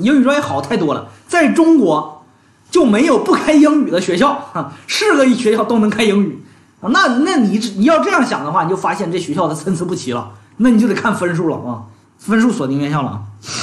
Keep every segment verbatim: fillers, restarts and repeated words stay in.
英语专业好太多了，在中国就没有不开英语的学校，是个学校都能开英语。那那你你要这样想的话，你就发现这学校的参差不齐了，那你就得看分数了啊，分数锁定院校了啊。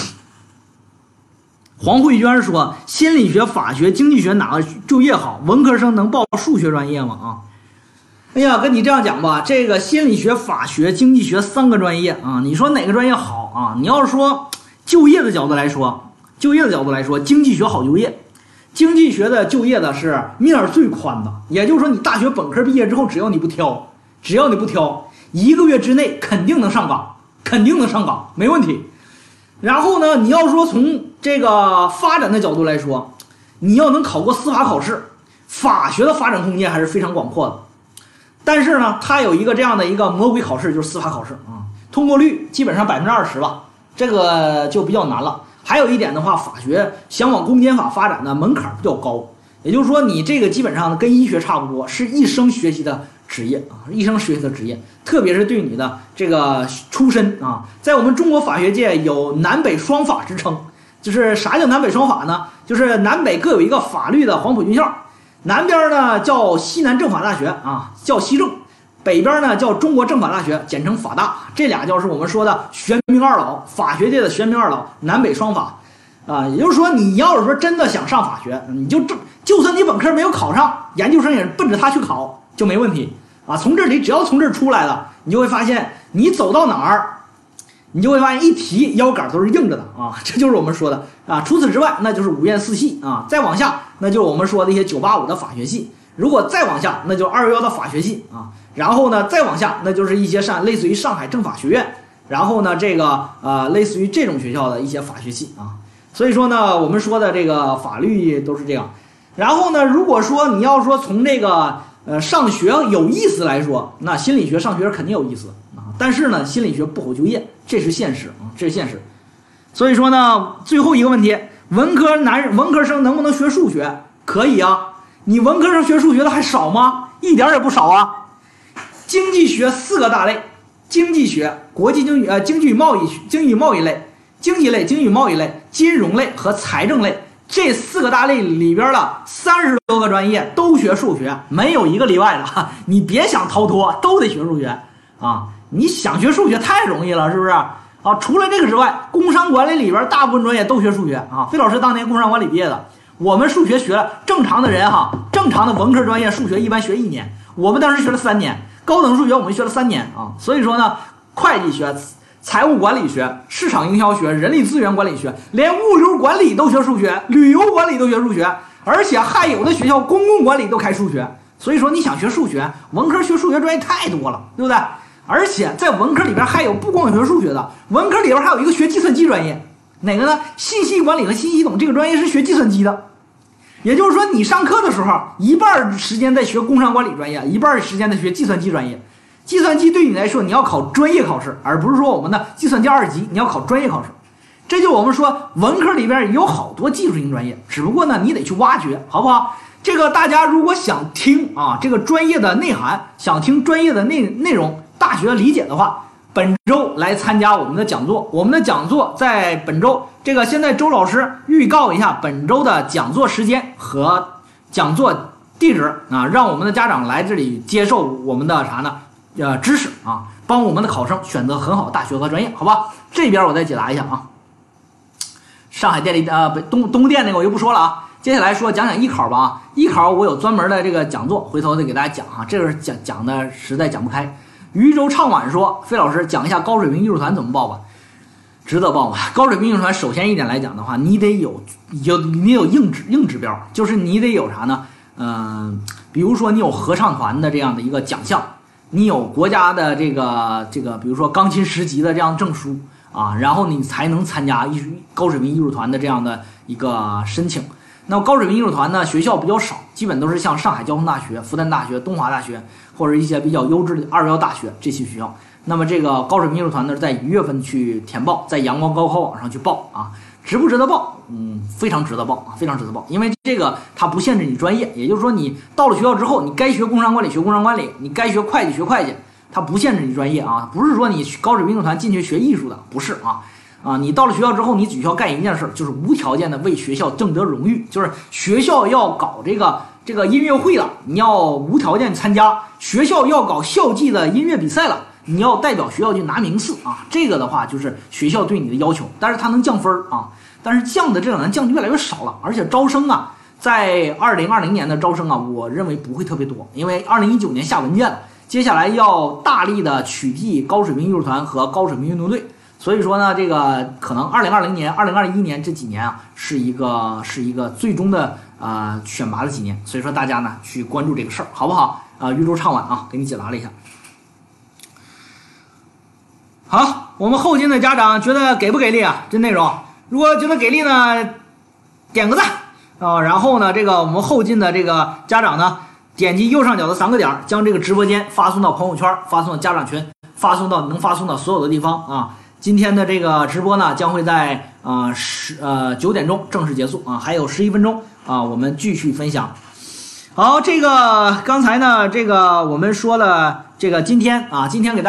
黄慧娟说：“心理学、法学、经济学哪个就业好？文科生能报数学专业吗？”啊，哎呀，跟你这样讲吧，这个心理学、法学、经济学三个专业啊，你说哪个专业好啊？你要是说就业的角度来说，就业的角度来说，经济学好就业。经济学的就业的是面儿最宽的，也就是说，你大学本科毕业之后，只要你不挑，只要你不挑，一个月之内肯定能上岗，肯定能上岗，没问题。然后呢，你要说从这个发展的角度来说，你要能考过司法考试，法学的发展空间还是非常广阔的。但是呢，它有一个这样的一个魔鬼考试，就是司法考试啊，通过率基本上百分之二十吧，这个就比较难了。还有一点的话，法学想往公检法发展的门槛比较高，也就是说，你这个基本上跟医学差不多，是一生学习的职业啊，一生学习的职业，特别是对你的这个出身啊，在我们中国法学界有南北双法之称。就是啥叫南北双法呢？就是南北各有一个法律的黄埔军校，南边呢叫西南政法大学啊，叫西政；北边呢叫中国政法大学，简称法大。这俩就是我们说的玄冥二老，法学界的玄冥二老，南北双法啊。也就是说，你要是说真的想上法学，你就就就算你本科没有考上，研究生也奔着他去考就没问题啊。从这里只要从这儿出来了，你就会发现你走到哪儿。你就会发现一提腰杆都是硬着的啊，这就是我们说的啊。除此之外，那就是五院四系啊，再往下那就是我们说的一些九八五的法学系，如果再往下，那就二幺幺的法学系啊。然后呢，再往下那就是一些上类似于上海政法学院，然后呢这个呃类似于这种学校的一些法学系啊。所以说呢，我们说的这个法律都是这样。然后呢，如果说你要说从这个呃上学有意思来说，那心理学上学肯定有意思啊，但是呢，心理学不好就业。这是现实啊，这是现实。所以说呢，最后一个问题，文科男文科生能不能学数学？可以啊，你文科生学数学的还少吗？一点也不少啊。经济学四个大类：经济学、国际经济呃经济与贸易、经济与贸易类、经济类、经济与贸易类、金融类和财政类。这四个大类里边的三十多个专业都学数学，没有一个例外的。你别想逃脱，都得学数学啊。你想学数学太容易了，是不是啊？除了这个之外，工商管理里边大部分专业都学数学啊。费老师当年工商管理毕业的，我们数学学了，正常的人哈，正常的文科专业数学一般学一年，我们当时学了三年，高等数学我们学了三年啊。所以说呢，会计学、财务管理学、市场营销学、人力资源管理学，连物流管理都学数学，旅游管理都学数学，而且还有的学校公共管理都开数学。所以说你想学数学，文科学数学专业太多了，对不对？而且在文科里边还有不光学数学的，文科里边还有一个学计算机专业，哪个呢？信息管理和信息系统这个专业是学计算机的。也就是说，你上课的时候，一半时间在学工商管理专业，一半时间在学计算机专业。计算机对你来说，你要考专业考试，而不是说我们的计算机二级，你要考专业考试。这就我们说文科里边有好多技术型专业，只不过呢，你得去挖掘，好不好？这个大家如果想听啊，这个专业的内涵，想听专业的内内容。大学理解的话，本周来参加我们的讲座。我们的讲座在本周，这个现在周老师预告一下本周的讲座时间和讲座地址啊，让我们的家长来这里接受我们的啥呢？呃，知识啊，帮我们的考生选择很好的大学和专业，好吧？这边我再解答一下啊。上海电力呃东东电那个我就不说了啊。接下来说讲讲艺考吧啊，艺考我有专门的这个讲座，回头再给大家讲哈，这个讲讲的实在讲不开。渔舟唱晚说，费老师讲一下高水平艺术团怎么报吧？值得报吗？高水平艺术团首先一点来讲的话，你得有有你有硬指硬指标，就是你得有啥呢？嗯、呃，比如说你有合唱团的这样的一个奖项，你有国家的这个这个，比如说钢琴十级的这样证书啊，然后你才能参加艺术高水平艺术团的这样的一个申请。那高水平艺术团呢，学校比较少，基本都是像上海交通大学、复旦大学、东华大学或者一些比较优质的二幺幺大学这些学校。那么这个高水平艺术团呢，是在一月份去填报，在阳光高考网上去报啊，值不值得报？嗯，非常值得报啊，非常值得报，因为这个它不限制你专业，也就是说你到了学校之后，你该学工商管理学工商管理，你该学会计学会计，它不限制你专业啊，不是说你高水平艺术团进去学艺术的，不是啊。 啊，你到了学校之后，你只需要干一件事，就是无条件的为学校争得荣誉。就是学校要搞这个这个音乐会了，你要无条件参加；学校要搞校际的音乐比赛了，你要代表学校去拿名次啊。这个的话就是学校对你的要求，但是它能降分啊，但是降的这两年降的越来越少了，而且招生啊，在二零二零年的招生啊，我认为不会特别多，因为二零一九年下文件了，接下来要大力的取缔高水平艺术团和高水平运动队。所以说呢，这个可能二零二零年、二零二一年这几年啊，是一个是一个最终的呃选拔的几年。所以说大家呢去关注这个事儿，好不好？啊、呃，豫州唱晚啊，给你解答了一下。好，我们后进的家长觉得给不给力啊？这内容，如果觉得给力呢，点个赞啊、呃。然后呢，这个我们后进的这个家长呢，点击右上角的三个点，将这个直播间发送到朋友圈，发送到家长群，发送到能发送到所有的地方啊。今天的这个直播呢，将会在呃十呃九点钟正式结束啊，还有十一分钟啊，我们继续分享。好，这个刚才呢，这个我们说了，这个今天啊，今天给大家。